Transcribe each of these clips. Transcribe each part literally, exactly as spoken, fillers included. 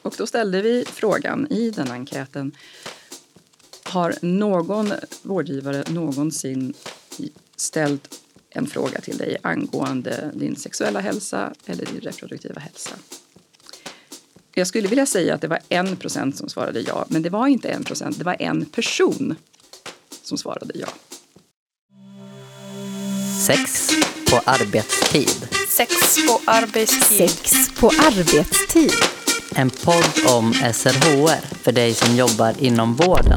Och då ställde vi frågan i den enkäten: har någon vårdgivare någonsin ställt en fråga till dig angående din sexuella hälsa eller din reproduktiva hälsa? Jag skulle vilja säga att det var en procent som svarade ja, men det var inte en procent, det var en person som svarade ja. Sex på arbetstid. Sex på arbetstid. Sex på arbetstid. En podd om S R H R för dig som jobbar inom vården.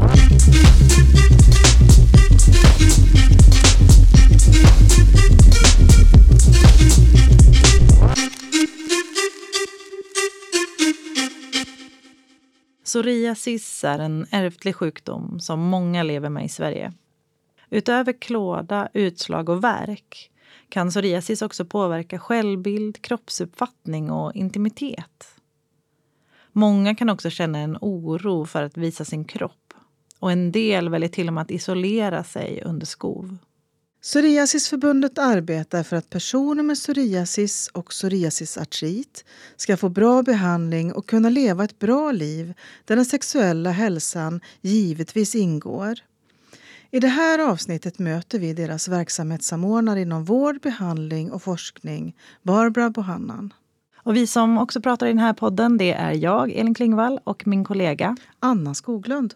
Psoriasis är en ärftlig sjukdom som många lever med i Sverige. Utöver klåda, utslag och värk kan psoriasis också påverka självbild, kroppsuppfattning och intimitet. Många kan också känna en oro för att visa sin kropp, och en del väljer till och med att isolera sig under skov. Psoriasisförbundet arbetar för att personer med psoriasis och psoriasisartrit ska få bra behandling och kunna leva ett bra liv där den sexuella hälsan givetvis ingår. I det här avsnittet möter vi deras verksamhetssamordnare inom vård, behandling och forskning, Barbara Bohannan. Och vi som också pratar i den här podden, det är jag, Elin Klingvall, och min kollega Anna Skoglund.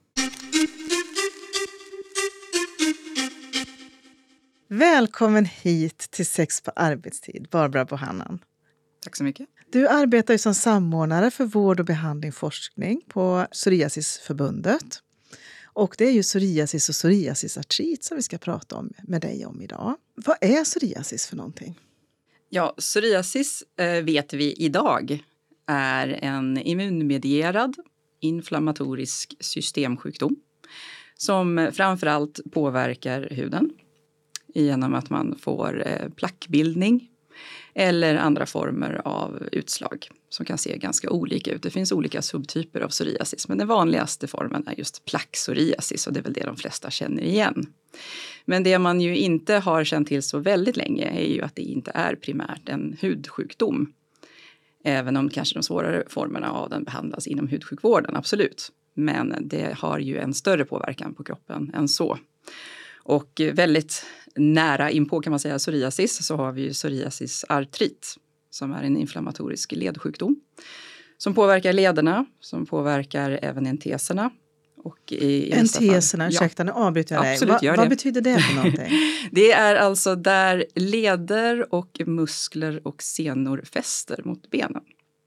Välkommen hit till Sex på arbetstid, Barbara Bohannan. Tack så mycket. Du arbetar ju som samordnare för vård och behandling och forskning på Psoriasisförbundet. Och det är ju psoriasis och psoriasisartrit som vi ska prata om med dig om idag. Vad är psoriasis för någonting? Ja, psoriasis eh, vet vi idag är en immunmedierad inflammatorisk systemsjukdom som framförallt påverkar huden genom att man får eh, plackbildning eller andra former av utslag som kan se ganska olika ut. Det finns olika subtyper av psoriasis, men den vanligaste formen är just plackpsoriasis, och det är väl det de flesta känner igen. Men det man ju inte har känt till så väldigt länge är ju att det inte är primärt en hudsjukdom. Även om kanske de svårare formerna av den behandlas inom hudsjukvården, absolut. Men det har ju en större påverkan på kroppen än så. Och väldigt nära inpå kan man säga psoriasis så har vi ju psoriasisartrit som är en inflammatorisk ledsjukdom som påverkar lederna, som påverkar även enteserna. Och i, i enteserna, fall, ursäkta, nu avbryter jag dig. Absolut, Va, vad betyder det för någonting? Det är alltså där leder och muskler och senor fäster mot benen.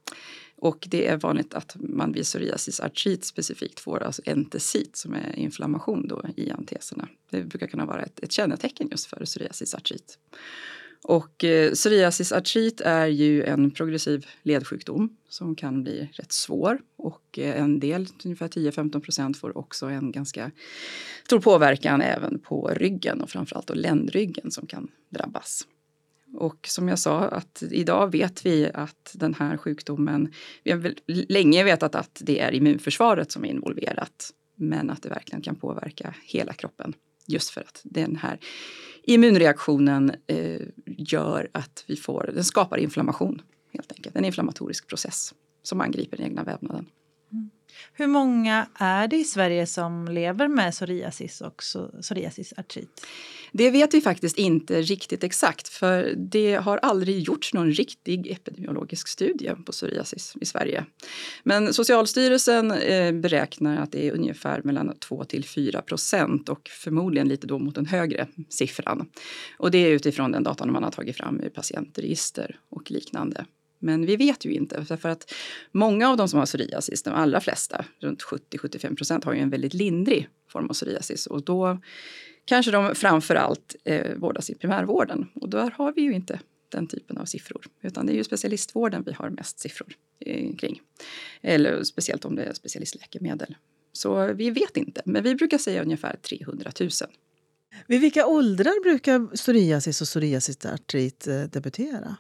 Och det är vanligt att man vid psoriasisartrit specifikt får alltså entesit som är inflammation då i enteserna. Det brukar kunna vara ett, ett kännetecken just för psoriasisartrit. Och eh, psoriasisartrit är ju en progressiv ledsjukdom som kan bli rätt svår. Och eh, en del, ungefär tio till femton procent, får också en ganska stor påverkan även på ryggen och framförallt då ländryggen som kan drabbas. Och som jag sa, att idag vet vi att den här sjukdomen, vi har väl länge vetat att det är immunförsvaret som är involverat, men att det verkligen kan påverka hela kroppen. Just för att den här immunreaktionen eh, gör att vi får, den skapar inflammation helt enkelt. En inflammatorisk process som angriper den egna vävnaden. Mm. Hur många är det i Sverige som lever med psoriasis och psoriasisartrit? Det vet vi faktiskt inte riktigt exakt, för det har aldrig gjorts någon riktig epidemiologisk studie på psoriasis i Sverige. Men Socialstyrelsen eh, beräknar att det är ungefär mellan två till fyra procent och förmodligen lite då mot den högre siffran. Och det är utifrån den datan man har tagit fram ur patientregister och liknande. Men vi vet ju inte, för att många av de som har psoriasis, de allra flesta, runt sjuttio till sjuttiofem procent, har ju en väldigt lindrig form av psoriasis. Och då kanske de framförallt eh, vårdas i primärvården. Och där har vi ju inte den typen av siffror. Utan det är ju specialistvården vi har mest siffror eh, kring. Eller speciellt om det är specialistläkemedel. Så vi vet inte, men vi brukar säga ungefär trehundratusen. Vid vilka åldrar brukar psoriasis och psoriasisartrit eh, debutera?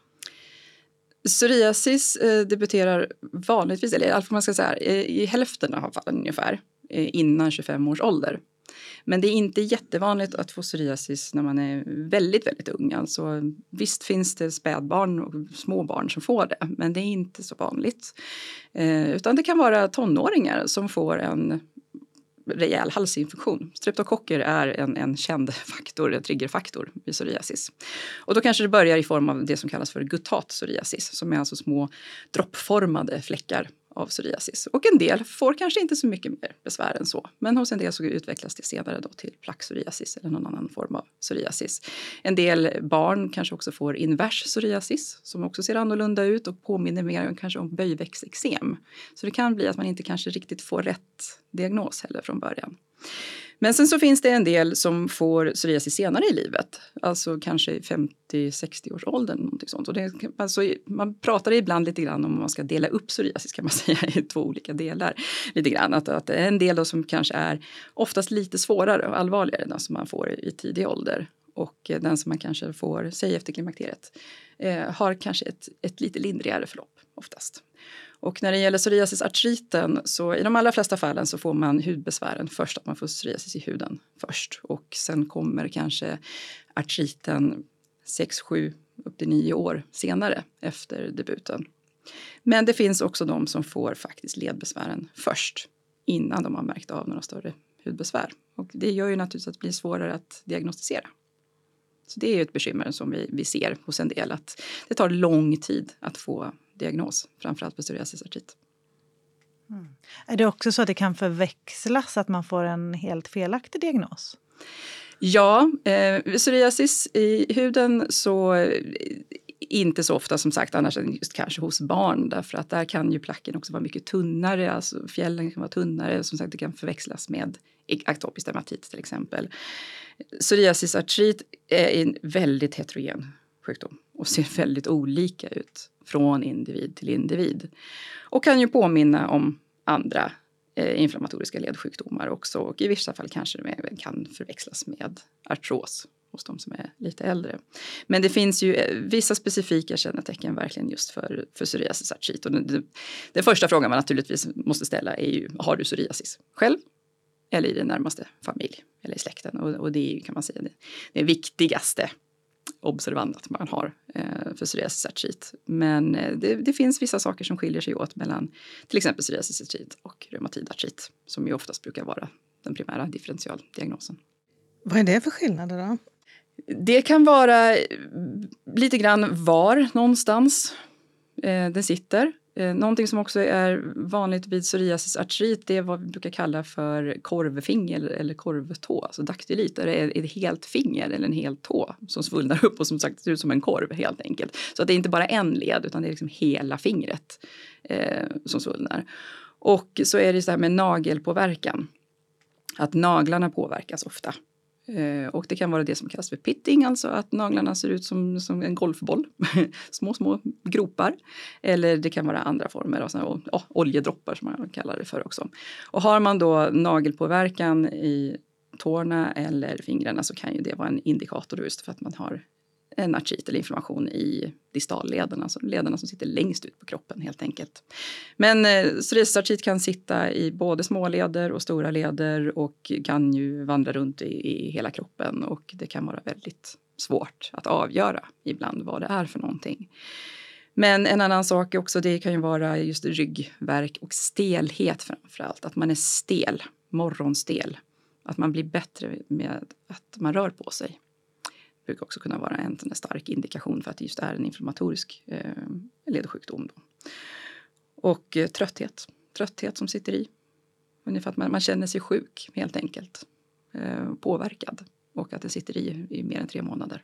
Psoriasis eh, debuterar vanligtvis, eller i alla fall man ska säga, i, i hälften av fallen ungefär, eh, innan tjugofem års ålder. Men det är inte jättevanligt att få psoriasis när man är väldigt, väldigt ung. Alltså, visst finns det spädbarn och små barn som får det, men det är inte så vanligt. Eh, utan det kan vara tonåringar som får en rejäl halsinfektion. Streptokocker är en, en känd faktor, en triggerfaktor vid psoriasis. Och då kanske det börjar i form av det som kallas för guttat psoriasis, som är alltså små droppformade fläckar av psoriasis. Och en del får kanske inte så mycket mer besvär än så. Men hos en del så utvecklas det senare då till plackpsoriasis eller någon annan form av psoriasis. En del barn kanske också får invers psoriasis som också ser annorlunda ut och påminner mer kanske om böjväxteksem. Så det kan bli att man inte kanske riktigt får rätt diagnos heller från början. Men sen så finns det en del som får psoriasis senare i livet. Alltså kanske i femtio sextio års åldern. Någonting sånt. Och det, alltså, man pratar ibland lite grann om man ska dela upp psoriasis kan man säga i två olika delar. Lite grann att, att det är en del då som kanske är oftast lite svårare och allvarligare än den som man får i tidig ålder. Och den som man kanske får, säg efter klimakteriet, eh, har kanske ett, ett lite lindrigare förlopp oftast. Och när det gäller psoriasisartriten så i de allra flesta fallen så får man hudbesvären först, att man får psoriasis i huden först. Och sen kommer kanske artriten sex, sju, upp till nio år senare efter debuten. Men det finns också de som får faktiskt ledbesvären först innan de har märkt av några större hudbesvär. Och det gör ju naturligtvis att det blir svårare att diagnostisera. Så det är ju ett bekymmer som vi, vi ser hos en del, att det tar lång tid att få diagnos, framförallt på psoriasisartrit. Mm. Är det också så att det kan förväxlas, att man får en helt felaktig diagnos? Ja, eh, psoriasis i huden så eh, inte så ofta som sagt annars än just kanske hos barn, därför att där kan ju placken också vara mycket tunnare, alltså fjällen kan vara tunnare, som sagt det kan förväxlas med atopisk dermatit till exempel. Psoriasisartrit är en väldigt heterogen sjukdom och ser väldigt olika ut från individ till individ. Och kan ju påminna om andra eh, inflammatoriska ledsjukdomar också. Och i vissa fall kanske det kan förväxlas med artros hos de som är lite äldre. Men det finns ju eh, vissa specifika kännetecken verkligen just för, för psoriasisartrit. Och den, den, den första frågan man naturligtvis måste ställa är ju, har du psoriasis själv? Eller i den närmaste familj eller i släkten. Och, och det är ju, kan man säga, det, det viktigaste observandat man har eh, för psoriasisartrit. Men eh, det, det finns vissa saker som skiljer sig åt mellan till exempel psoriasisartrit och reumatidartrit, som ju oftast brukar vara den primära differentialdiagnosen. Vad är det för skillnader då? Det kan vara lite grann var någonstans eh, den sitter. Eh, någonting som också är vanligt vid psoriasisartrit, det är vad vi brukar kalla för korvfinger eller korvtå, alltså daktylit. Är det ett helt finger eller en hel tå som svullnar upp och som sagt ser ut som en korv helt enkelt. Så att det är inte bara en led utan det är liksom hela fingret eh, som svullnar. Och så är det så här med nagelpåverkan, att naglarna påverkas ofta. Uh, och det kan vara det som kallas för pitting, alltså att naglarna ser ut som, som en golfboll, små små gropar. Eller det kan vara andra former av såna, oh, oljedroppar som man kallar det för också. Och har man då nagelpåverkan i tårna eller fingrarna så kan ju det vara en indikator just för att man har en artrit eller inflammation i distallederna, alltså lederna som sitter längst ut på kroppen helt enkelt. Men eh, psoriasisartrit kan sitta i både små leder och stora leder och kan ju vandra runt i, i hela kroppen, och det kan vara väldigt svårt att avgöra ibland vad det är för någonting. Men en annan sak också, det kan ju vara just ryggvärk och stelhet framförallt, att man är stel, morgonstel, att man blir bättre med att man rör på sig. Det brukar också kunna vara en, en stark indikation för att det just är en inflammatorisk eh, ledsjukdom. Då. Och eh, trötthet. Trötthet som sitter i. Ungefär att man, man känner sig sjuk helt enkelt. Eh, påverkad. Och att det sitter i i mer än tre månader.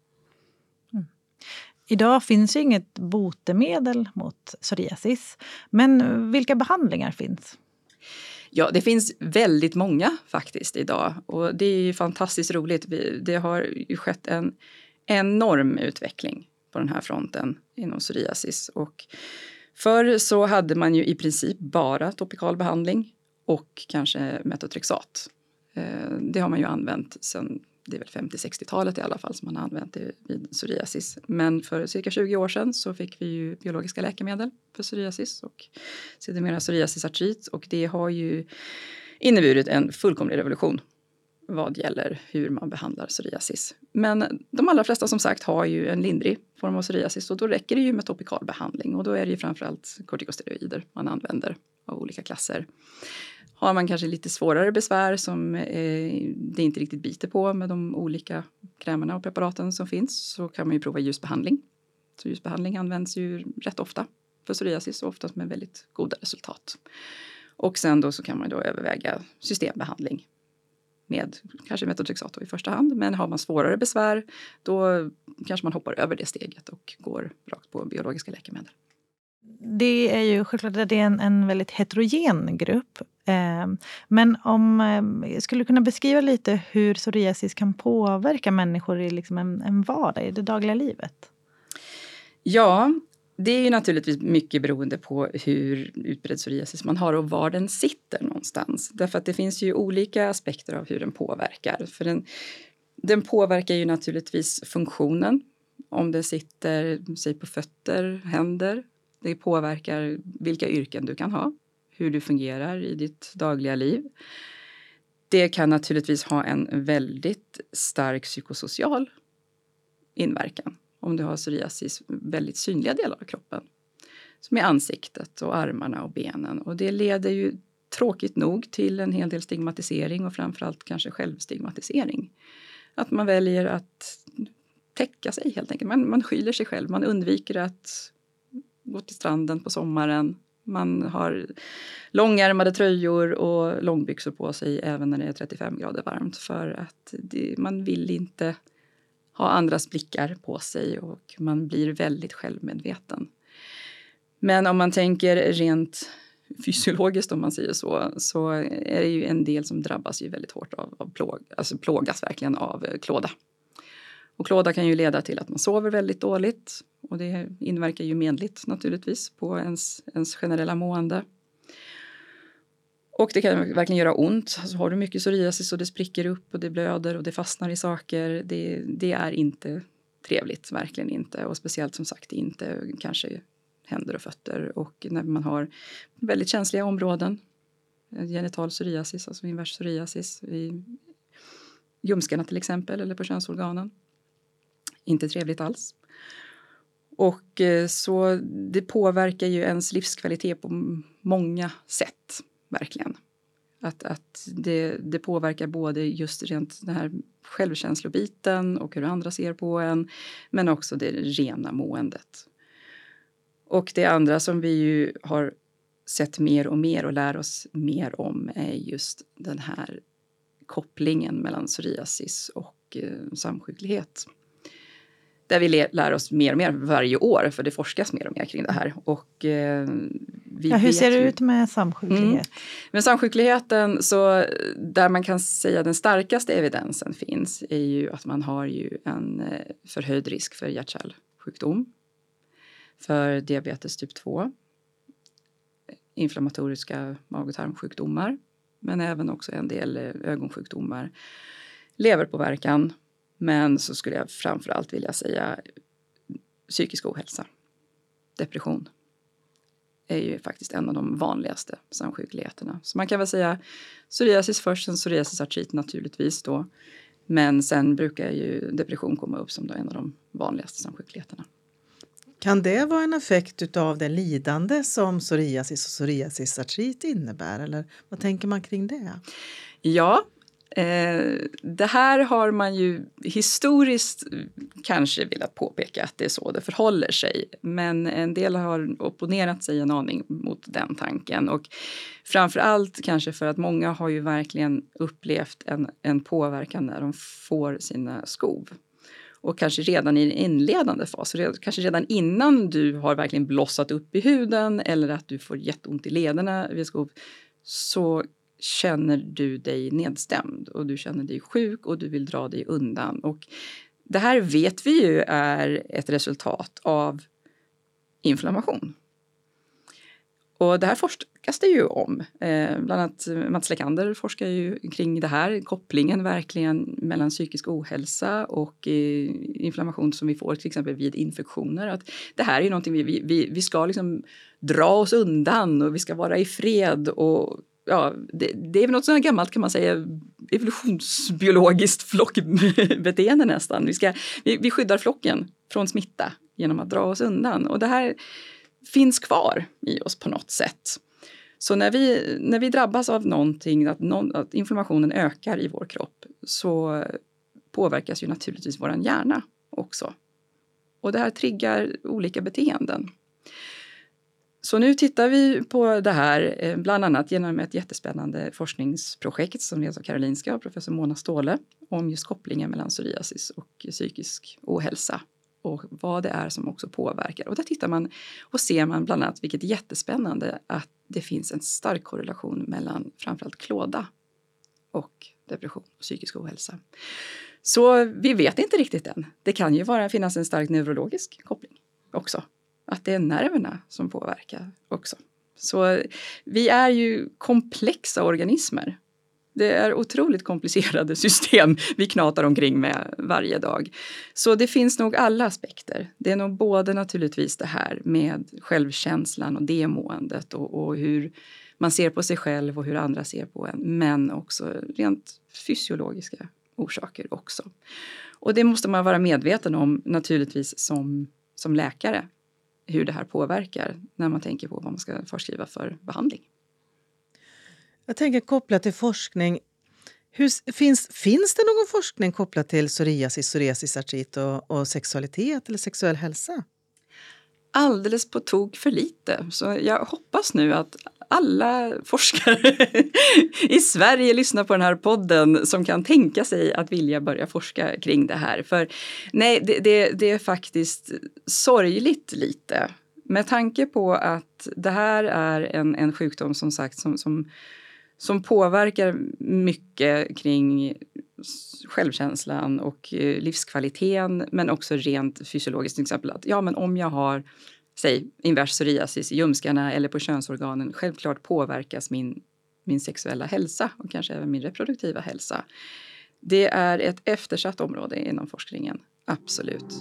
Mm. Idag finns ju inget botemedel mot psoriasis. Men vilka behandlingar finns? Ja, det finns väldigt många faktiskt idag, och det är ju fantastiskt roligt. Det har ju skett en enorm utveckling på den här fronten inom psoriasis, och förr så hade man ju i princip bara topikal behandling och kanske metotrexat. Det har man ju använt sedan, det är väl femtio-sextiotalet i alla fall som man har använt det vid psoriasis. Men för cirka tjugo år sedan så fick vi ju biologiska läkemedel för psoriasis och sedermera psoriasisartrit. Och det har ju inneburit en fullkomlig revolution vad gäller hur man behandlar psoriasis. Men de allra flesta som sagt har ju en lindrig form av psoriasis och då räcker det ju med topikal behandling och då är det ju framförallt kortikosteroider man använder av olika klasser. Har man kanske lite svårare besvär som eh, det inte riktigt biter på med de olika krämerna och preparaten som finns så kan man ju prova ljusbehandling. Så ljusbehandling används ju rätt ofta för psoriasis och oftast med väldigt goda resultat. Och sen då så kan man då överväga systembehandling med kanske metotrexat i första hand. Men har man svårare besvär då kanske man hoppar över det steget och går rakt på biologiska läkemedel. Det är ju självklart att det är en, en väldigt heterogen grupp. Eh, men om eh, skulle du kunna beskriva lite hur psoriasis kan påverka människor i liksom en, en vardag, i det dagliga livet? Ja, det är ju naturligtvis mycket beroende på hur utbredd psoriasis man har och var den sitter någonstans. Därför att det finns ju olika aspekter av hur den påverkar. För den, den påverkar ju naturligtvis funktionen. Om det sitter, säg på fötter, händer. Det påverkar vilka yrken du kan ha. Hur du fungerar i ditt dagliga liv. Det kan naturligtvis ha en väldigt stark psykosocial inverkan. Om du har psoriasis väldigt synliga delar av kroppen. Som är ansiktet och armarna och benen. Och det leder ju tråkigt nog till en hel del stigmatisering och framförallt kanske självstigmatisering. Att man väljer att täcka sig helt enkelt. Man, man skyller sig själv. Man undviker att gå till stranden på sommaren. Man har långärmade tröjor och långbyxor på sig även när det är trettiofem grader varmt. För att det, man vill inte ha andras blickar på sig och man blir väldigt självmedveten. Men om man tänker rent fysiologiskt om man säger så, så är det ju en del som drabbas ju väldigt hårt av, av plåg, alltså plågas verkligen av klåda. Och klåda kan ju leda till att man sover väldigt dåligt och det inverkar ju menligt naturligtvis på ens, ens generella mående. Och det kan verkligen göra ont. Alltså har du mycket psoriasis och det spricker upp och det blöder och det fastnar i saker. Det, det är inte trevligt, verkligen inte. Och speciellt som sagt inte kanske händer och fötter. Och när man har väldigt känsliga områden. Genital psoriasis, alltså invers psoriasis. I ljumskarna till exempel eller på könsorganen. Inte trevligt alls. Och så det påverkar ju ens livskvalitet på många sätt. Verkligen. Att, att det, det påverkar både just rent den här självkänslobiten och hur andra ser på en. Men också det rena måendet. Och det andra som vi ju har sett mer och mer och lär oss mer om är just den här kopplingen mellan psoriasis och eh, samsjuklighet. Där vi lär oss mer och mer varje år för det forskas mer och mer kring det här. Och, eh, vi ja, hur ser det ju... ut med samsjuklighet? Mm. Med samsjukligheten så där man kan säga den starkaste evidensen finns är ju att man har ju en förhöjd risk för hjärt-kärlsjukdom. För diabetes typ två. Inflammatoriska mag- och tarmsjukdomar. Men även också en del ögonsjukdomar. Leverpåverkan. Men så skulle jag framförallt vilja säga psykisk ohälsa. Depression är ju faktiskt en av de vanligaste samsjukligheterna. Så man kan väl säga psoriasis först, sen psoriasisartrit naturligtvis då. Men sen brukar ju depression komma upp som då en av de vanligaste samsjukligheterna. Kan det vara en effekt av det lidande som psoriasis och psoriasisartrit innebär? Eller vad tänker man kring det? Ja, eh, det här har man ju historiskt kanske velat påpeka att det är så det förhåller sig. Men en del har opponerat sig en aning mot den tanken. Och framförallt kanske för att många har ju verkligen upplevt en, en påverkan när de får sina skov. Och kanske redan i en inledande fas, kanske redan innan du har verkligen blossat upp i huden eller att du får jätteont i lederna vid skov, så känner du dig nedstämd och du känner dig sjuk och du vill dra dig undan. Och det här vet vi ju är ett resultat av inflammation. Och det här forskas det ju om. Eh, bland annat Mats Lekander forskar ju kring det här. Kopplingen verkligen mellan psykisk ohälsa och eh, inflammation som vi får till exempel vid infektioner. Att det här är ju någonting vi, vi, vi ska liksom dra oss undan och vi ska vara i fred. Och ja, det, det är väl något sådant gammalt kan man säga evolutionsbiologiskt flockbeteende nästan. Vi, ska, vi, vi skyddar flocken från smitta genom att dra oss undan. Och det här finns kvar i oss på något sätt. Så när vi, när vi drabbas av någonting, att, någon, att inflammationen ökar i vår kropp, så påverkas ju naturligtvis vår hjärna också. Och det här triggar olika beteenden. Så nu tittar vi på det här bland annat genom ett jättespännande forskningsprojekt som leds av Karolinska och professor Mona Ståhle om just kopplingen mellan psoriasis och psykisk ohälsa och vad det är som också påverkar. Och där tittar man och ser man bland annat, vilket är jättespännande, att det finns en stark korrelation mellan framförallt klåda och depression och psykisk ohälsa. Så vi vet inte riktigt än. Det kan ju vara, finnas en stark neurologisk koppling också. Att det är nerverna som påverkar också. Så vi är ju komplexa organismer. Det är otroligt komplicerade system vi knatar omkring med varje dag. Så det finns nog alla aspekter. Det är nog både naturligtvis det här med självkänslan och demåendet och, och hur man ser på sig själv och hur andra ser på en. Men också rent fysiologiska orsaker också. Och det måste man vara medveten om naturligtvis som, som läkare. Hur det här påverkar när man tänker på vad man ska förskriva för behandling. Jag tänker kopplat till forskning. Hur, finns, finns det någon forskning kopplat till psoriasis, psoriasis, artrit och, och sexualitet eller sexuell hälsa? Alldeles på tok för lite. Så jag hoppas nu att alla forskare i Sverige lyssnar på den här podden som kan tänka sig att vilja börja forska kring det här. För nej, det, det, det är faktiskt sorgligt lite. Med tanke på att det här är en, en sjukdom som sagt som, som, som påverkar mycket kring självkänslan och livskvaliteten, men också rent fysiologiskt, till exempel att ja, men om jag har säg invers psoriasis i ljumskarna eller på könsorganen, självklart påverkas min, min sexuella hälsa och kanske även min reproduktiva hälsa. Det är ett eftersatt område inom forskningen, absolut.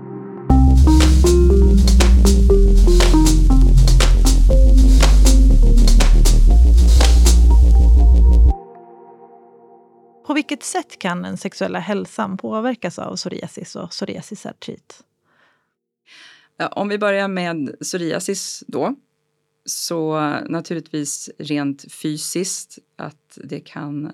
På vilket sätt kan den sexuella hälsan påverkas av psoriasis och psoriasisartrit? Ja, om vi börjar med psoriasis då, så naturligtvis rent fysiskt att det kan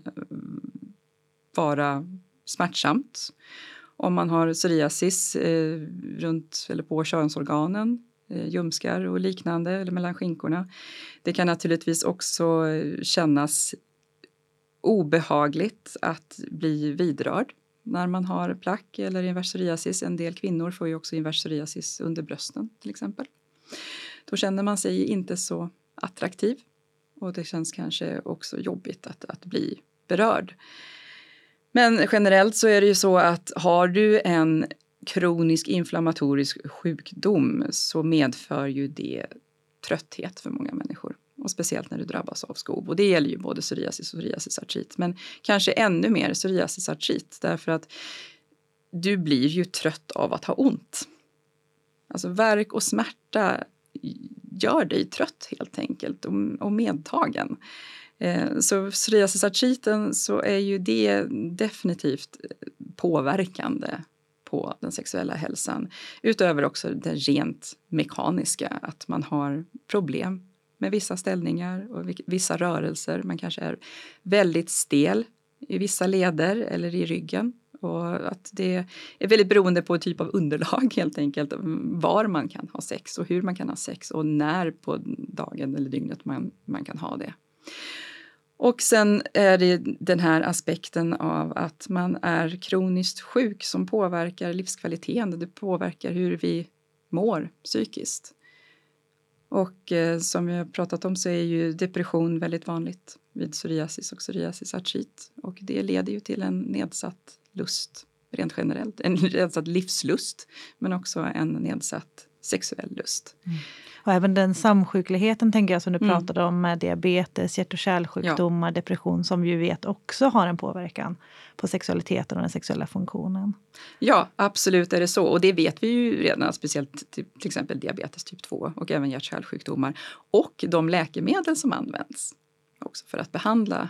vara smärtsamt. Om man har psoriasis eh, runt eller på könsorganen, eh, ljumskar och liknande eller mellan skinkorna. Det kan naturligtvis också kännas obehagligt att bli vidrörd när man har plack eller invers psoriasis. En del kvinnor får ju också invers psoriasis under brösten till exempel. Då känner man sig inte så attraktiv och det känns kanske också jobbigt att, att bli berörd. Men generellt så är det ju så att har du en kronisk inflammatorisk sjukdom så medför ju det trötthet för många människor. Och speciellt när du drabbas av skov. Och det gäller ju både psoriasis och psoriasisartrit. Men kanske ännu mer psoriasisartrit. Därför att du blir ju trött av att ha ont. Alltså värk och smärta gör dig trött helt enkelt. Och, och medtagen. Eh, så psoriasisartriten så är ju det definitivt påverkande på den sexuella hälsan. Utöver också det rent mekaniska. Att man har problem med vissa ställningar och vissa rörelser. Man kanske är väldigt stel i vissa leder eller i ryggen. Och att det är väldigt beroende på typ av underlag helt enkelt. Var man kan ha sex och hur man kan ha sex och när på dagen eller dygnet man, man kan ha det. Och sen är det den här aspekten av att man är kroniskt sjuk som påverkar livskvaliteten. Det påverkar hur vi mår psykiskt. Och eh, som vi har pratat om så är ju depression väldigt vanligt vid psoriasis och psoriasisartrit. Och det leder ju till en nedsatt lust rent generellt. En nedsatt livslust men också en nedsatt sexuell lust. Mm. Och även den samsjukligheten tänker jag som du mm. pratade om med diabetes, hjärt- och kärlsjukdomar, ja. Depression som vi vet också har en påverkan på sexualiteten och den sexuella funktionen. Ja, absolut är det så. Och det vet vi ju redan, speciellt till, till exempel diabetes typ två och även hjärt- och kärlsjukdomar. Och de läkemedel som används också för att behandla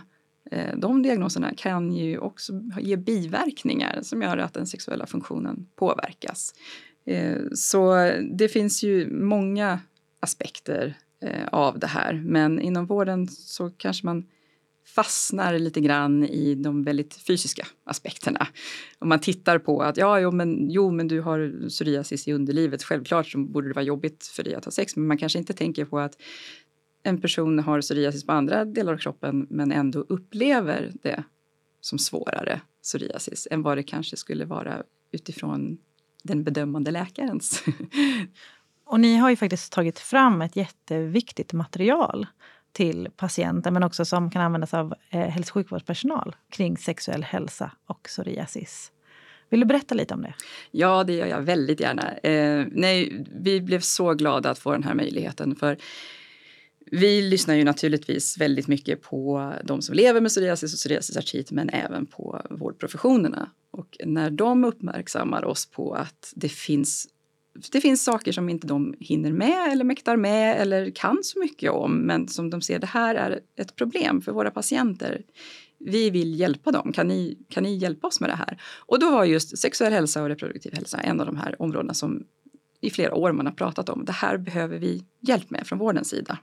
De diagnoserna kan ju också ge biverkningar som gör att den sexuella funktionen påverkas. Så det finns ju många aspekter av det här. Men inom vården så kanske man fastnar lite grann i de väldigt fysiska aspekterna. Om man tittar på att ja, jo, men, jo, men du har psoriasis i underlivet. Självklart så borde det vara jobbigt för dig att ha sex. Men man kanske inte tänker på att en person har psoriasis på andra delar av kroppen men ändå upplever det som svårare psoriasis än vad det kanske skulle vara utifrån den bedömande läkarens. Och ni har ju faktiskt tagit fram ett jätteviktigt material till patienter men också som kan användas av eh, hälso- och sjukvårdspersonal kring sexuell hälsa och psoriasis. Vill du berätta lite om det? Ja, det gör jag väldigt gärna. Eh, nej, vi blev så glada att få den här möjligheten för vi lyssnar ju naturligtvis väldigt mycket på de som lever med psoriasis och psoriasisartrit men även på vårdprofessionerna. Och när de uppmärksammar oss på att det finns, det finns saker som inte de hinner med eller mäktar med eller kan så mycket om men som de ser det här är ett problem för våra patienter. Vi vill hjälpa dem. Kan ni, kan ni hjälpa oss med det här? Och då var just sexuell hälsa och reproduktiv hälsa en av de här områdena som i flera år man har pratat om. Det här behöver vi hjälp med från vårdens sida.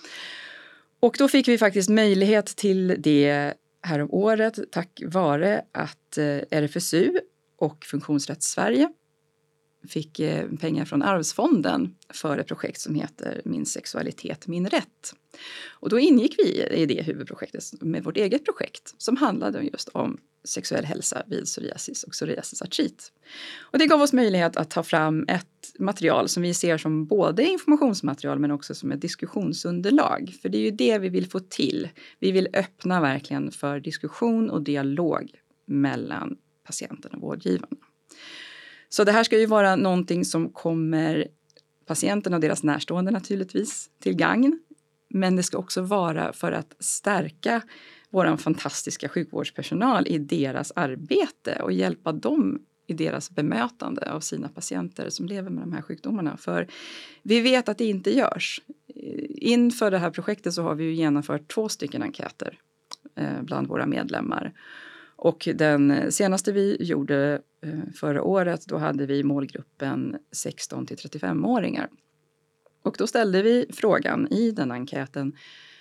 Och då fick vi faktiskt möjlighet till det här om året tack vare att R F S U och Funktionsrätt Sverige fick pengar från Arvsfonden för ett projekt som heter Min sexualitet, min rätt. Och då ingick vi i det huvudprojektet med vårt eget projekt som handlade just om sexuell hälsa vid psoriasis och psoriasisartrit. Och det gav oss möjlighet att ta fram ett material som vi ser som både informationsmaterial men också som ett diskussionsunderlag. För det är ju det vi vill få till. Vi vill öppna verkligen för diskussion och dialog mellan patienten och vårdgivarna. Så det här ska ju vara någonting som kommer patienten och deras närstående naturligtvis till gagn. Men det ska också vara för att stärka vår fantastiska sjukvårdspersonal i deras arbete och hjälpa dem i deras bemötande av sina patienter som lever med de här sjukdomarna. För vi vet att det inte görs. Inför det här projektet så har vi ju genomfört två stycken enkäter bland våra medlemmar. Och den senaste vi gjorde förra året, då hade vi målgruppen sexton till trettiofem-åringar. Och då ställde vi frågan i den enkäten: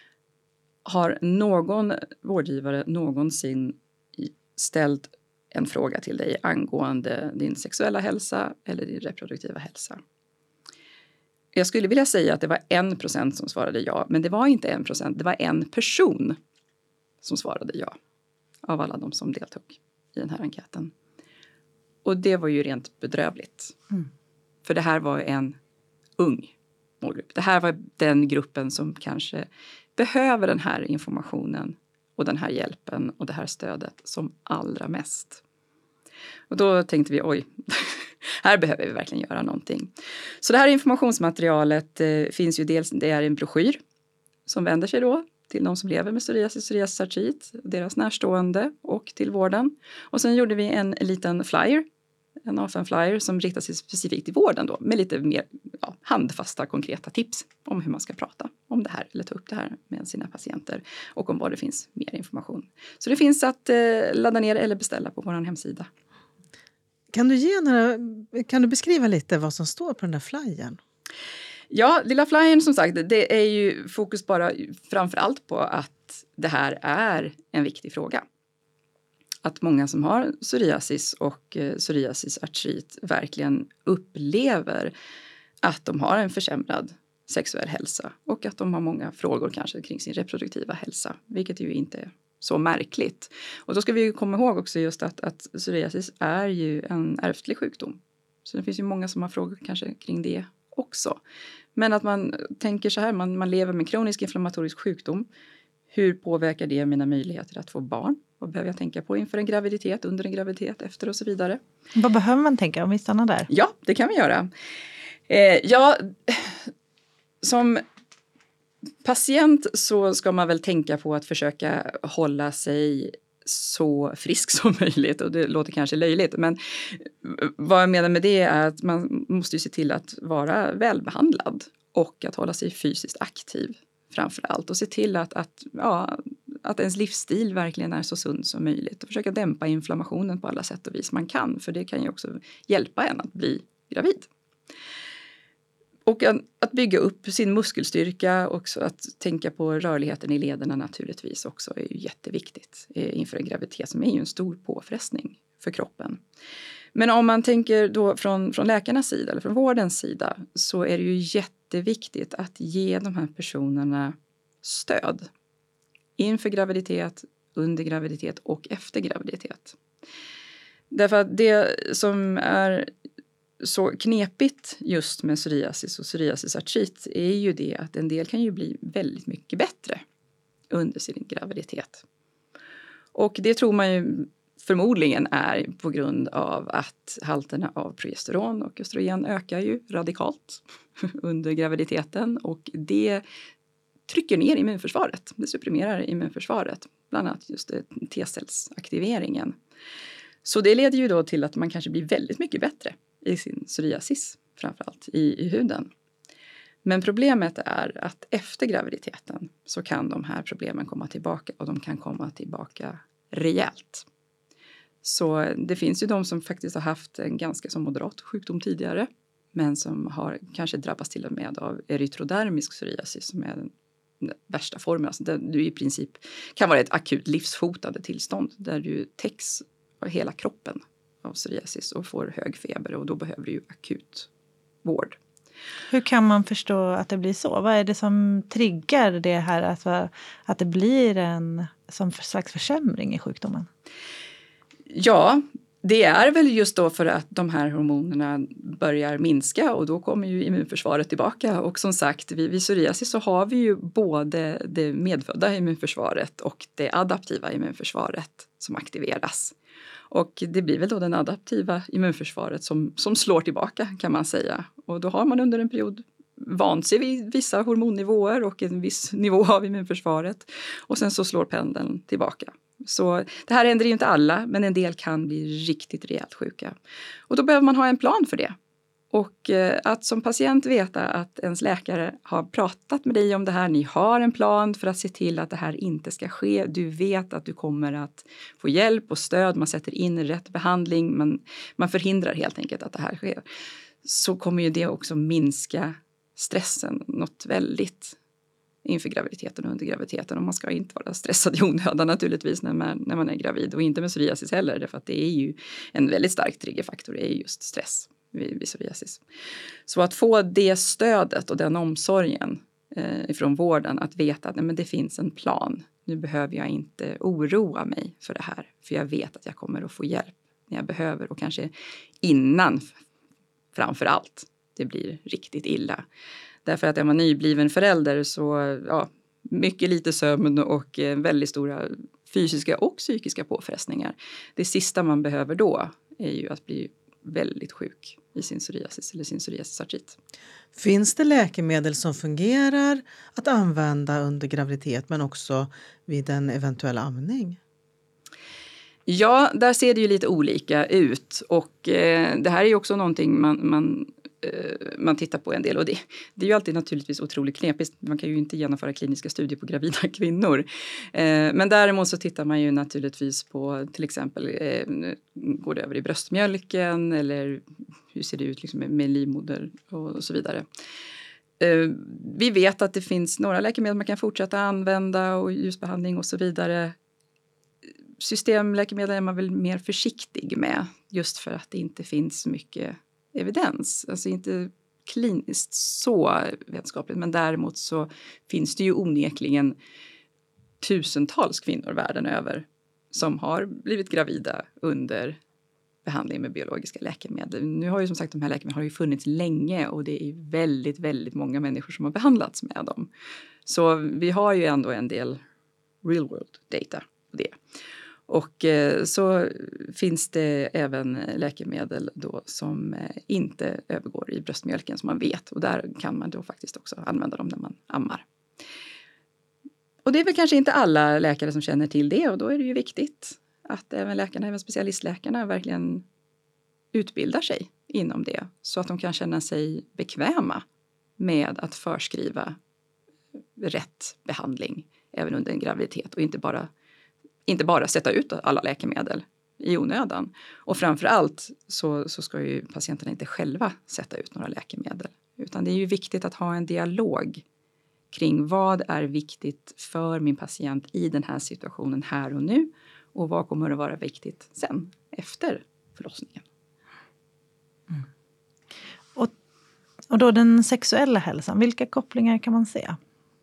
har någon vårdgivare någonsin ställt en fråga till dig angående din sexuella hälsa eller din reproduktiva hälsa? Jag skulle vilja säga att det var en procent som svarade ja, men det var inte en procent, det var en person som svarade ja av alla de som deltog i den här enkäten. Och det var ju rent bedrövligt. Mm. För det här var en ung målgrupp. Det här var den gruppen som kanske behöver den här informationen och den här hjälpen och det här stödet som allra mest. Och då tänkte vi, oj, här behöver vi verkligen göra någonting. Så det här informationsmaterialet eh, finns ju dels, det är en broschyr som vänder sig då till de som lever med psoriasis, psoriasisartrit, deras närstående och till vården. Och sen gjorde vi en liten flyer, en A fem-flyer som riktar sig specifikt till vården då, med lite mer ja, handfasta, konkreta tips om hur man ska prata om det här eller ta upp det här med sina patienter och om vad det finns mer information. Så det finns att eh, ladda ner eller beställa på vår hemsida. Kan du, ge några, kan du beskriva lite vad som står på den där flyern? Ja, lilla flyern som sagt, det är ju fokus bara framförallt på att det här är en viktig fråga. Att många som har psoriasis och eh, psoriasisartrit verkligen upplever att de har en försämrad sexuell hälsa och att de har många frågor kanske kring sin reproduktiva hälsa, vilket ju inte är så märkligt. Och då ska vi ju komma ihåg också just att, att psoriasis är ju en ärftlig sjukdom. Så det finns ju många som har frågor kanske kring det också. Men att man tänker så här, man, man lever med kronisk inflammatorisk sjukdom. Hur påverkar det mina möjligheter att få barn? Vad behöver jag tänka på inför en graviditet, under en graviditet, efter och så vidare? Vad behöver man tänka om vi stannar där? Ja, det kan vi göra. Eh, ja, som patient så ska man väl tänka på att försöka hålla sig så frisk som möjligt. Och det låter kanske löjligt, men vad jag menar med det är att man måste ju se till att vara välbehandlad och att hålla sig fysiskt aktiv framför allt. Och se till att, att ja, att ens livsstil verkligen är så sund som möjligt och försöka dämpa inflammationen på alla sätt och vis man kan, för det kan ju också hjälpa en att bli gravid. Och att bygga upp sin muskelstyrka och att tänka på rörligheten i lederna naturligtvis också är ju jätteviktigt inför en graviditet som är ju en stor påfrestning för kroppen. Men om man tänker då från, från läkarnas sida eller från vårdens sida så är det ju jätteviktigt att ge de här personerna stöd inför graviditet, under graviditet och efter graviditet. Därför att det som är så knepigt just med psoriasis och psoriasisartrit är ju det att en del kan ju bli väldigt mycket bättre under sin graviditet. Och det tror man ju förmodligen är på grund av att halterna av progesteron och östrogen ökar ju radikalt under graviditeten och det trycker ner immunförsvaret. Det supprimerar immunförsvaret, bland annat just T-cellsaktiveringen. Så det leder ju då till att man kanske blir väldigt mycket bättre i sin psoriasis, framförallt i, i huden. Men problemet är att efter graviditeten så kan de här problemen komma tillbaka och de kan komma tillbaka rejält. Så det finns ju de som faktiskt har haft en ganska så moderat sjukdom tidigare men som har kanske drabbats till och med av erytrodermisk psoriasis som är den värsta formen. Alltså där du i princip kan vara ett akut livshotande tillstånd där du täcks av hela kroppen av psoriasis och får hög feber och då behöver du ju akut vård. Hur kan man förstå att det blir så? Vad är det som triggar det här att, att det blir en som slags försämring i sjukdomen? Ja, det är väl just då för att de här hormonerna börjar minska och då kommer ju immunförsvaret tillbaka. Och som sagt, vid, vid psoriasis så har vi ju både det medfödda immunförsvaret och det adaptiva immunförsvaret som aktiveras. Och det blir väl då den adaptiva immunförsvaret som, som slår tillbaka kan man säga. Och då har man under en period vant sig vid vissa hormonnivåer och en viss nivå av immunförsvaret. Och sen så slår pendeln tillbaka. Så det här händer ju inte alla, men en del kan bli riktigt rejält sjuka. Och då behöver man ha en plan för det. Och eh, att som patient veta att ens läkare har pratat med dig om det här. Ni har en plan för att se till att det här inte ska ske. Du vet att du kommer att få hjälp och stöd. Man sätter in rätt behandling. Man, man förhindrar helt enkelt att det här sker. Så kommer ju det också minska stressen något väldigt inför graviditeten och under graviditeten. Och man ska inte vara stressad i onödan naturligtvis när man, när man är gravid. Och inte med psoriasis heller. Därför att det är ju en väldigt stark triggerfaktor. Det är just stress vid, vid psoriasis. Så att få det stödet och den omsorgen eh, ifrån vården. Att veta att nej, men det finns en plan. Nu behöver jag inte oroa mig för det här. För jag vet att jag kommer att få hjälp när jag behöver. Och kanske innan framför allt det blir riktigt illa. Därför att är man nybliven förälder så ja, mycket lite sömn och eh, väldigt stora fysiska och psykiska påfrestningar. Det sista man behöver då är ju att bli väldigt sjuk i sin psoriasis eller sin psoriasisartrit. Finns det läkemedel som fungerar att använda under graviditet men också vid en eventuell amning? Ja, där ser det ju lite olika ut och eh, det här är ju också någonting man, man, eh, man tittar på en del och det, det är ju alltid naturligtvis otroligt knepigt. Man kan ju inte genomföra kliniska studier på gravida kvinnor. Eh, men däremot så tittar man ju naturligtvis på till exempel eh, går det över i bröstmjölken eller hur ser det ut liksom med, med livmoder och så vidare. Eh, vi vet att det finns några läkemedel man kan fortsätta använda och ljusbehandling och så vidare. Systemläkemedel är man väl mer försiktig med just för att det inte finns mycket evidens. Alltså inte kliniskt så vetenskapligt men däremot så finns det ju onekligen tusentals kvinnor världen över som har blivit gravida under behandling med biologiska läkemedel. Nu har ju som sagt de här läkemedlen har ju funnits länge och det är väldigt, väldigt många människor som har behandlats med dem. Så vi har ju ändå en del real world data på det. Och eh, så finns det även läkemedel då som eh, inte övergår i bröstmjölken som man vet. Och där kan man då faktiskt också använda dem när man ammar. Och det är väl kanske inte alla läkare som känner till det och då är det ju viktigt att även läkarna, även specialistläkarna verkligen utbildar sig inom det. Så att de kan känna sig bekväma med att förskriva rätt behandling även under en graviditet och inte bara, inte bara sätta ut alla läkemedel i onödan. Och framförallt så, så ska ju patienterna inte själva sätta ut några läkemedel. Utan det är ju viktigt att ha en dialog kring vad är viktigt för min patient i den här situationen här och nu. Och vad kommer att vara viktigt sen, efter förlossningen. Mm. Och, och då den sexuella hälsan, vilka kopplingar kan man se?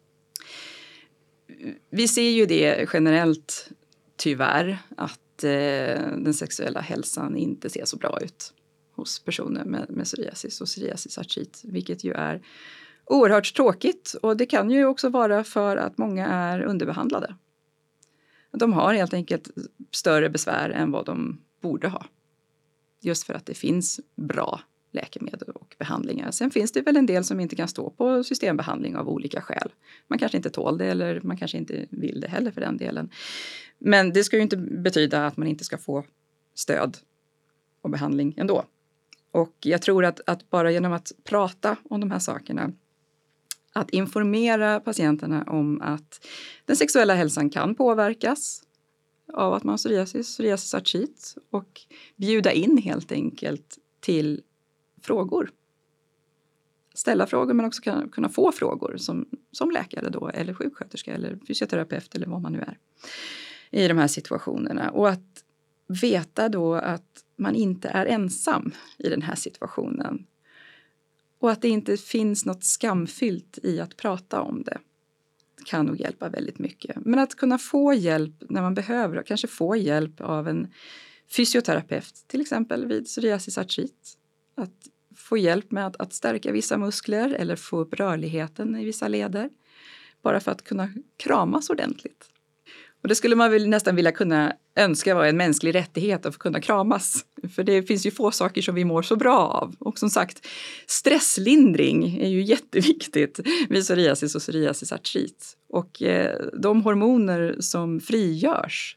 Vi ser ju det generellt tyvärr att eh, den sexuella hälsan inte ser så bra ut hos personer med, med psoriasis och psoriasisartrit, vilket ju är oerhört tråkigt, och det kan ju också vara för att många är underbehandlade. De har helt enkelt större besvär än vad de borde ha. Just för att det finns bra läkemedel och behandlingar. Sen finns det väl en del som inte kan stå på systembehandling av olika skäl. Man kanske inte tål det eller man kanske inte vill det heller för den delen. Men det ska ju inte betyda att man inte ska få stöd och behandling ändå. Och jag tror att, att bara genom att prata om de här sakerna, att informera patienterna om att den sexuella hälsan kan påverkas av att man har psoriasis, psoriasisartrit, och bjuda in helt enkelt till frågor. Ställa frågor men också kunna, kunna få frågor som, som läkare då, eller sjuksköterska eller fysioterapeut eller vad man nu är i de här situationerna. Och att veta då att man inte är ensam i den här situationen. Och att det inte finns något skamfyllt i att prata om det kan nog hjälpa väldigt mycket. Men att kunna få hjälp när man behöver, kanske få hjälp av en fysioterapeut till exempel vid psoriasisartrit. Att få hjälp med att, att stärka vissa muskler eller få upp rörligheten i vissa leder. Bara för att kunna kramas ordentligt. Och det skulle man väl nästan vilja kunna önska vara en mänsklig rättighet att få kunna kramas. För det finns ju få saker som vi mår så bra av. Och som sagt, stresslindring är ju jätteviktigt vid psoriasis och psoriasisartrit. Och eh, de hormoner som frigörs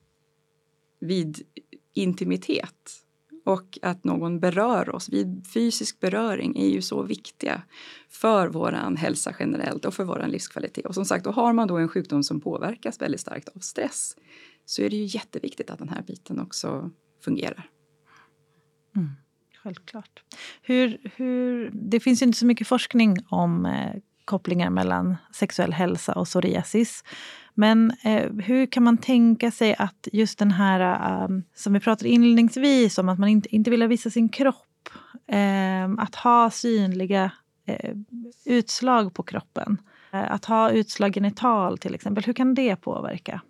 vid intimitet och att någon berör oss vid fysisk beröring är ju så viktiga för våran hälsa generellt och för våran livskvalitet. Och som sagt, då har man då en sjukdom som påverkas väldigt starkt av stress, så är det ju jätteviktigt att den här biten också fungerar. Mm, självklart. Hur, hur, det finns ju inte så mycket forskning om eh, kopplingar mellan sexuell hälsa och psoriasis. Men eh, hur kan man tänka sig att just den här, um, som vi pratade inledningsvis om, att man inte, inte vill visa sin kropp, eh, att ha synliga eh, utslag på kroppen, eh, att ha utslag genital till exempel, hur kan det påverka?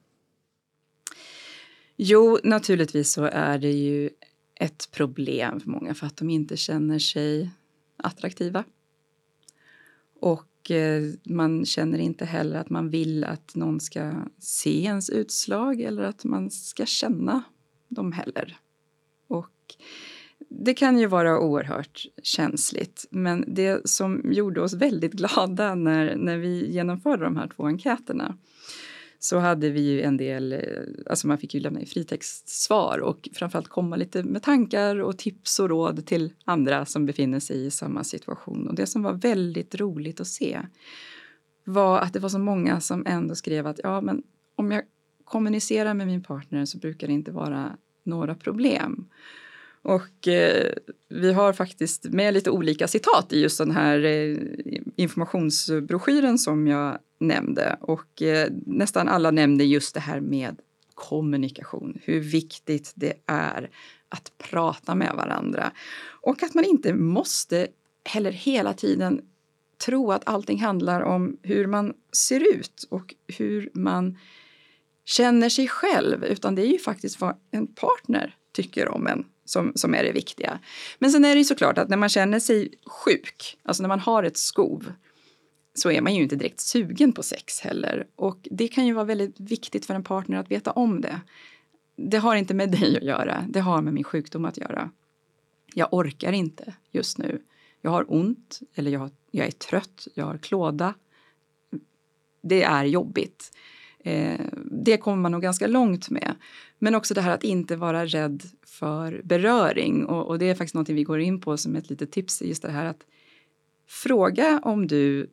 Jo, naturligtvis så är det ju ett problem för många för att de inte känner sig attraktiva. Och man känner inte heller att man vill att någon ska se ens utslag eller att man ska känna dem heller. Och det kan ju vara oerhört känsligt. Men det som gjorde oss väldigt glada när, när vi genomförde de här två enkäterna, så hade vi ju en del, alltså man fick ju lämna i fritextsvar och framförallt komma lite med tankar och tips och råd till andra som befinner sig i samma situation. Och det som var väldigt roligt att se var att det var så många som ändå skrev att ja, men om jag kommunicerar med min partner så brukar det inte vara några problem. Och eh, vi har faktiskt med lite olika citat i just den här eh, informationsbroschyren som jag nämnde. Och eh, nästan alla nämnde just det här med kommunikation. Hur viktigt det är att prata med varandra. Och att man inte måste heller hela tiden tro att allting handlar om hur man ser ut och hur man känner sig själv. Utan det är ju faktiskt vad en partner tycker om en som, som är det viktiga. Men sen är det ju såklart att när man känner sig sjuk, alltså när man har ett skov, så är man ju inte direkt sugen på sex heller. Och det kan ju vara väldigt viktigt för en partner att veta om det. Det har inte med dig att göra. Det har med min sjukdom att göra. Jag orkar inte just nu. Jag har ont eller jag, jag är trött. Jag har klåda. Det är jobbigt. Eh, det kommer man nog ganska långt med. Men också det här att inte vara rädd för beröring. Och, och det är faktiskt något vi går in på som ett litet tips. Just det här att fråga om du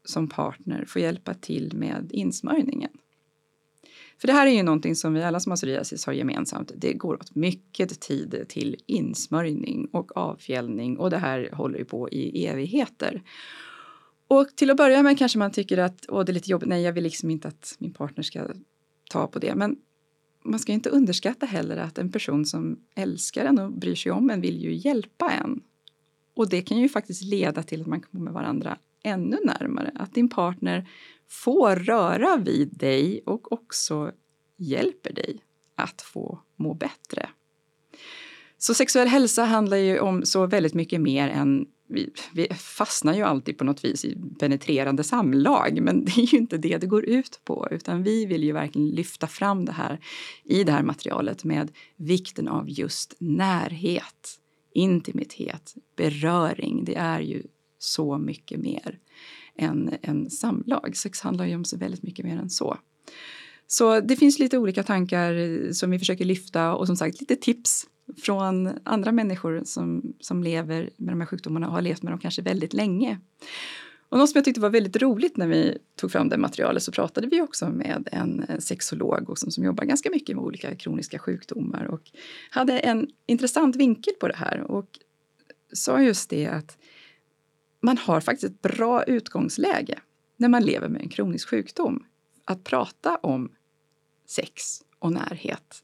som partner få hjälpa till med insmörjningen. För det här är ju någonting som vi alla som har psoriasis har gemensamt. Det går åt mycket tid till insmörjning och avfjällning och det här håller ju på i evigheter. Och till att börja med kanske man tycker att åh, det är lite jobbigt, nej jag vill liksom inte att min partner ska ta på det. Men man ska inte underskatta heller att en person som älskar en och bryr sig om en vill ju hjälpa en. Och det kan ju faktiskt leda till att man kommer varandra ännu närmare. Att din partner får röra vid dig och också hjälper dig att få må bättre. Så sexuell hälsa handlar ju om så väldigt mycket mer än, vi, vi fastnar ju alltid på något vis i penetrerande samlag, men det är ju inte det det går ut på, utan vi vill ju verkligen lyfta fram det här i det här materialet med vikten av just närhet, intimitet, beröring. Det är ju så mycket mer än, än samlag. Sex handlar ju om så väldigt mycket mer än så. Så det finns lite olika tankar som vi försöker lyfta och som sagt lite tips från andra människor som, som lever med de här sjukdomarna och har levt med dem kanske väldigt länge. Och något som jag tyckte var väldigt roligt när vi tog fram det materialet så pratade vi också med en sexolog och som, som jobbar ganska mycket med olika kroniska sjukdomar och hade en intressant vinkel på det här och sa just det att man har faktiskt ett bra utgångsläge när man lever med en kronisk sjukdom. Att prata om sex och närhet.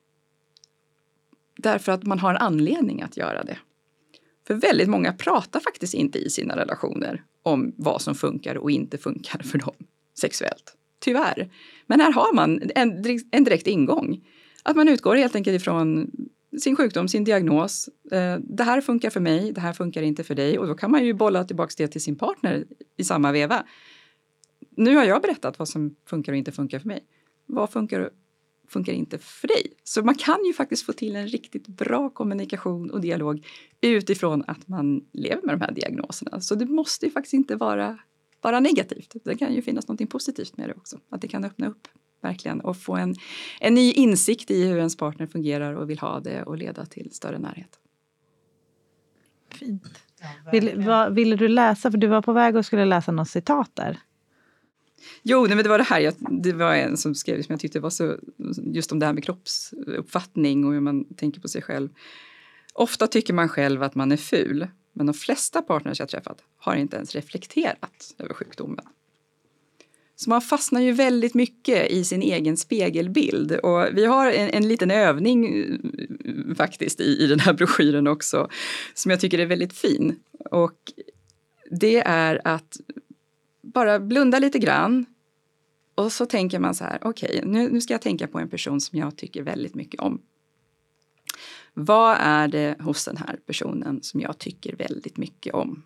Därför att man har en anledning att göra det. För väldigt många pratar faktiskt inte i sina relationer om vad som funkar och inte funkar för dem sexuellt. Tyvärr. Men här har man en, en direkt ingång. Att man utgår helt enkelt ifrån sin sjukdom, sin diagnos. Det här funkar för mig, det här funkar inte för dig. Och då kan man ju bolla tillbaka det till sin partner i samma veva. Nu har jag berättat vad som funkar och inte funkar för mig. Vad funkar och funkar inte för dig? Så man kan ju faktiskt få till en riktigt bra kommunikation och dialog utifrån att man lever med de här diagnoserna. Så det måste ju faktiskt inte vara, vara negativt. Det kan ju finnas något positivt med det också. Att det kan öppna upp verkligen och få en, en ny insikt i hur ens partner fungerar och vill ha det och leda till större närhet. Fint. Vill, vad, ville du läsa? För du var på väg och skulle läsa något citat där. Jo, nej, men det var det här. Jag, det var en som skrev som jag tyckte var så, just om det här med kroppsuppfattning och hur man tänker på sig själv. Ofta tycker man själv att man är ful, men de flesta partners jag träffat har inte ens reflekterat över sjukdomen. Så man fastnar ju väldigt mycket i sin egen spegelbild. Och vi har en, en liten övning faktiskt i, i den här broschyren också som jag tycker är väldigt fin. Och det är att bara blunda lite grann och så tänker man så här, okej, okay, nu, nu ska jag tänka på en person som jag tycker väldigt mycket om. Vad är det hos den här personen som jag tycker väldigt mycket om?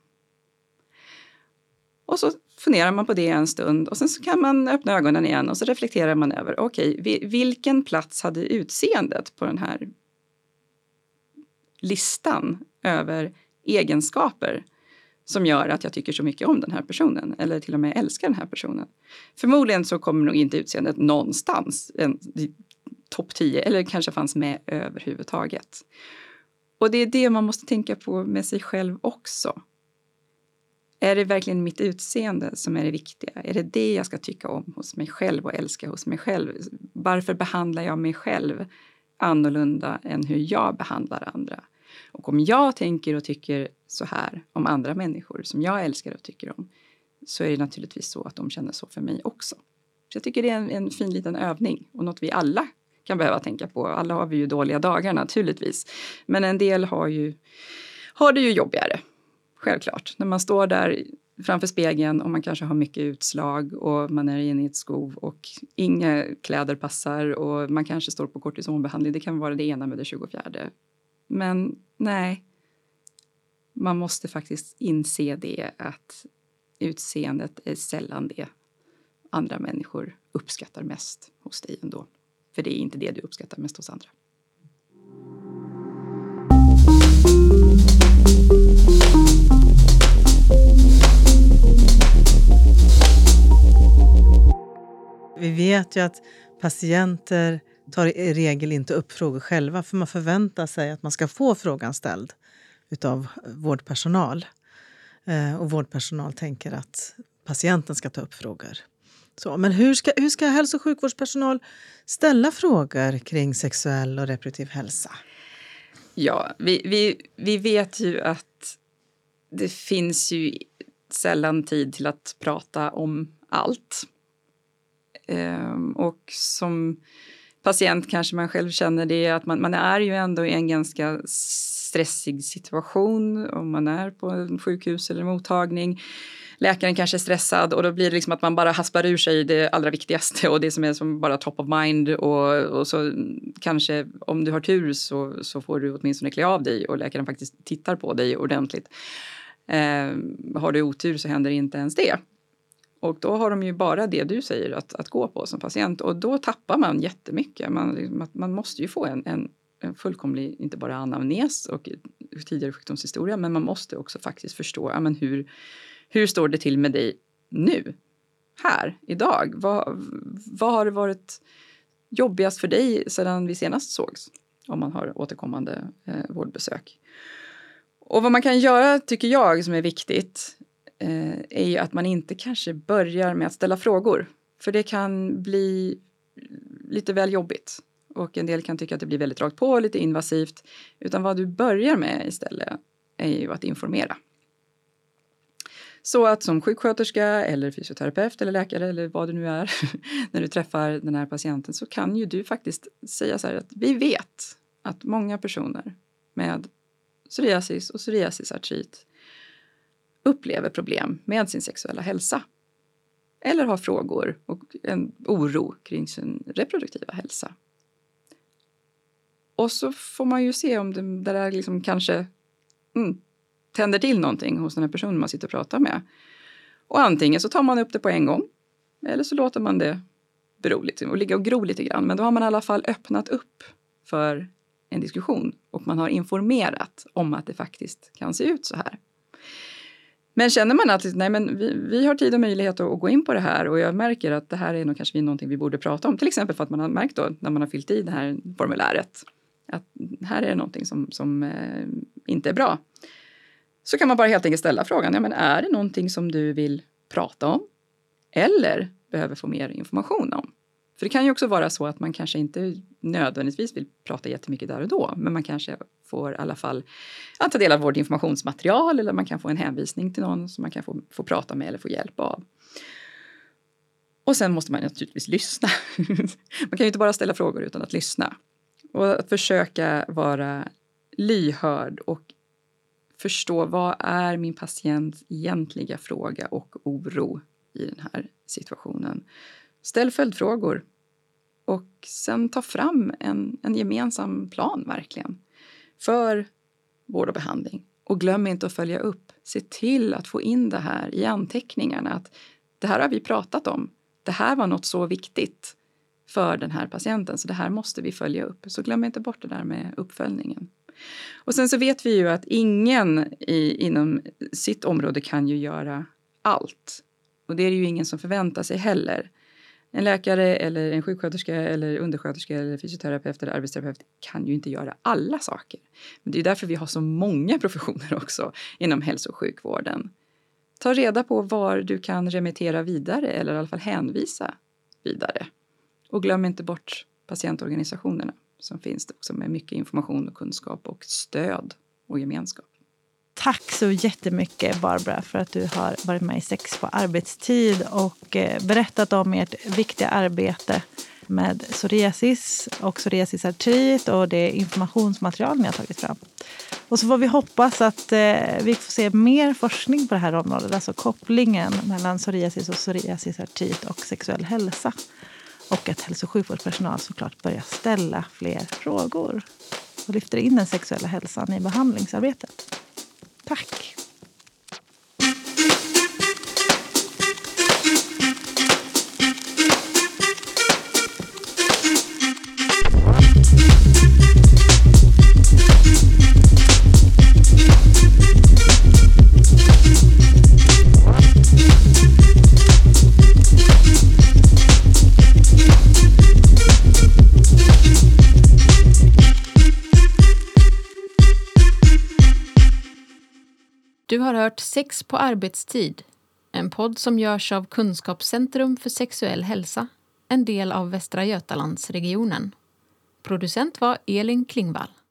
Och så funderar man på det en stund och sen så kan man öppna ögonen igen och så reflekterar man över, okej, okay, vilken plats hade utseendet på den här listan över egenskaper som gör att jag tycker så mycket om den här personen. Eller till och med älskar den här personen. Förmodligen så kommer nog inte utseendet någonstans. En, topp tio. Eller kanske fanns med överhuvudtaget. Och det är det man måste tänka på med sig själv också. Är det verkligen mitt utseende som är det viktiga? Är det det jag ska tycka om hos mig själv och älska hos mig själv? Varför behandlar jag mig själv annorlunda än hur jag behandlar andra? Och om jag tänker och tycker så här om andra människor som jag älskar och tycker om, så är det naturligtvis så att de känner så för mig också. Så jag tycker det är en, en fin liten övning och något vi alla kan behöva tänka på. Alla har vi ju dåliga dagar naturligtvis. Men en del har, ju, har det ju jobbigare, självklart. När man står där framför spegeln och man kanske har mycket utslag och man är inne i ett skov och inga kläder passar och man kanske står på kortisonbehandling. Det kan vara det ena med det tjugofjärde. Men nej, man måste faktiskt inse det att utseendet är sällan det andra människor uppskattar mest hos dig ändå. För det är inte det du uppskattar mest hos andra. Vi vet ju att patienter tar i regel inte upp frågor själva för man förväntar sig att man ska få frågan ställd utav vårdpersonal. Och vårdpersonal tänker att patienten ska ta upp frågor. Så, men hur ska, hur ska hälso- och sjukvårdspersonal ställa frågor kring sexuell och reproduktiv hälsa? Ja, vi, vi, vi vet ju att det finns ju sällan tid till att prata om allt. Ehm, och som patient kanske man själv känner det, att man, man är ju ändå i en ganska stressig situation om man är på en sjukhus eller mottagning. Läkaren kanske är stressad och då blir det liksom att man bara haspar ur sig det allra viktigaste och det som är som bara top of mind och, och så kanske om du har tur så, så får du åtminstone klä av dig och läkaren faktiskt tittar på dig ordentligt. Eh, har du otur så händer inte ens det. Och då har de ju bara det du säger att, att gå på som patient och då tappar man jättemycket. Man, man måste ju få en, en, en fullkomlig, inte bara anamnes och tidigare sjukdomshistoria, men man måste också faktiskt förstå ja, men hur Hur står det till med dig nu? Här, idag. Vad, vad har det varit jobbigast för dig sedan vi senast sågs? Om man har återkommande eh, vårdbesök. Och vad man kan göra, tycker jag, som är viktigt. Eh, är ju att man inte kanske börjar med att ställa frågor. För det kan bli lite väl jobbigt. Och en del kan tycka att det blir väldigt rakt på, lite invasivt. Utan vad du börjar med istället är ju att informera. Så att som sjuksköterska eller fysioterapeut eller läkare eller vad det nu är när du träffar den här patienten så kan ju du faktiskt säga så här att vi vet att många personer med psoriasis och psoriasisartrit upplever problem med sin sexuella hälsa. Eller har frågor och en oro kring sin reproduktiva hälsa. Och så får man ju se om det där är liksom kanske... Mm, tänder till någonting hos den här personen man sitter och pratar med. Och antingen så tar man upp det på en gång. Eller så låter man det bero lite och ligga och gro lite grann. Men då har man i alla fall öppnat upp för en diskussion. Och man har informerat om att det faktiskt kan se ut så här. Men känner man att nej, men vi, vi har tid och möjlighet att, att gå in på det här. Och jag märker att det här är nog kanske någonting vi borde prata om. Till exempel för att man har märkt då när man har fyllt i det här formuläret. Att här är det någonting som, som eh, inte är bra. Så kan man bara helt enkelt ställa frågan, ja, men är det någonting som du vill prata om? Eller behöver få mer information om? För det kan ju också vara så att man kanske inte nödvändigtvis vill prata jättemycket där och då. Men man kanske får i alla fall att ta del av vårt informationsmaterial. Eller man kan få en hänvisning till någon som man kan få, få prata med eller få hjälp av. Och sen måste man naturligtvis lyssna. Man kan ju inte bara ställa frågor utan att lyssna. Och att försöka vara lyhörd och förstå vad är min patients egentliga fråga och oro i den här situationen. Ställ följdfrågor och sen ta fram en, en gemensam plan verkligen för vård och behandling. Och glöm inte att följa upp. Se till att få in det här i anteckningarna att det här har vi pratat om. Det här var något så viktigt för den här patienten så det här måste vi följa upp. Så glöm inte bort det där med uppföljningen. Och sen så vet vi ju att ingen i, inom sitt område kan ju göra allt. Och det är ju ingen som förväntar sig heller. En läkare eller en sjuksköterska eller undersköterska eller fysioterapeut eller arbetsterapeut kan ju inte göra alla saker. Men det är därför vi har så många professioner också inom hälso- och sjukvården. Ta reda på var du kan remittera vidare eller i alla fall hänvisa vidare. Och glöm inte bort patientorganisationerna som finns det också med mycket information och kunskap och stöd och gemenskap. Tack så jättemycket Barbara för att du har varit med i Sex på arbetstid och berättat om ert viktiga arbete med psoriasis och psoriasisartrit och det informationsmaterial ni har tagit fram. Och så får vi hoppas att eh, vi får se mer forskning på det här området, alltså kopplingen mellan psoriasis och psoriasisartrit och sexuell hälsa. Och att hälso- och sjukvårdspersonal såklart börjar ställa fler frågor och lyfter in den sexuella hälsan i behandlingsarbetet. Tack! Du har hört Sex på arbetstid, En podd som görs av Kunskapscentrum för sexuell hälsa, en del av Västra Götalandsregionen. Producent var Elin Klingvall.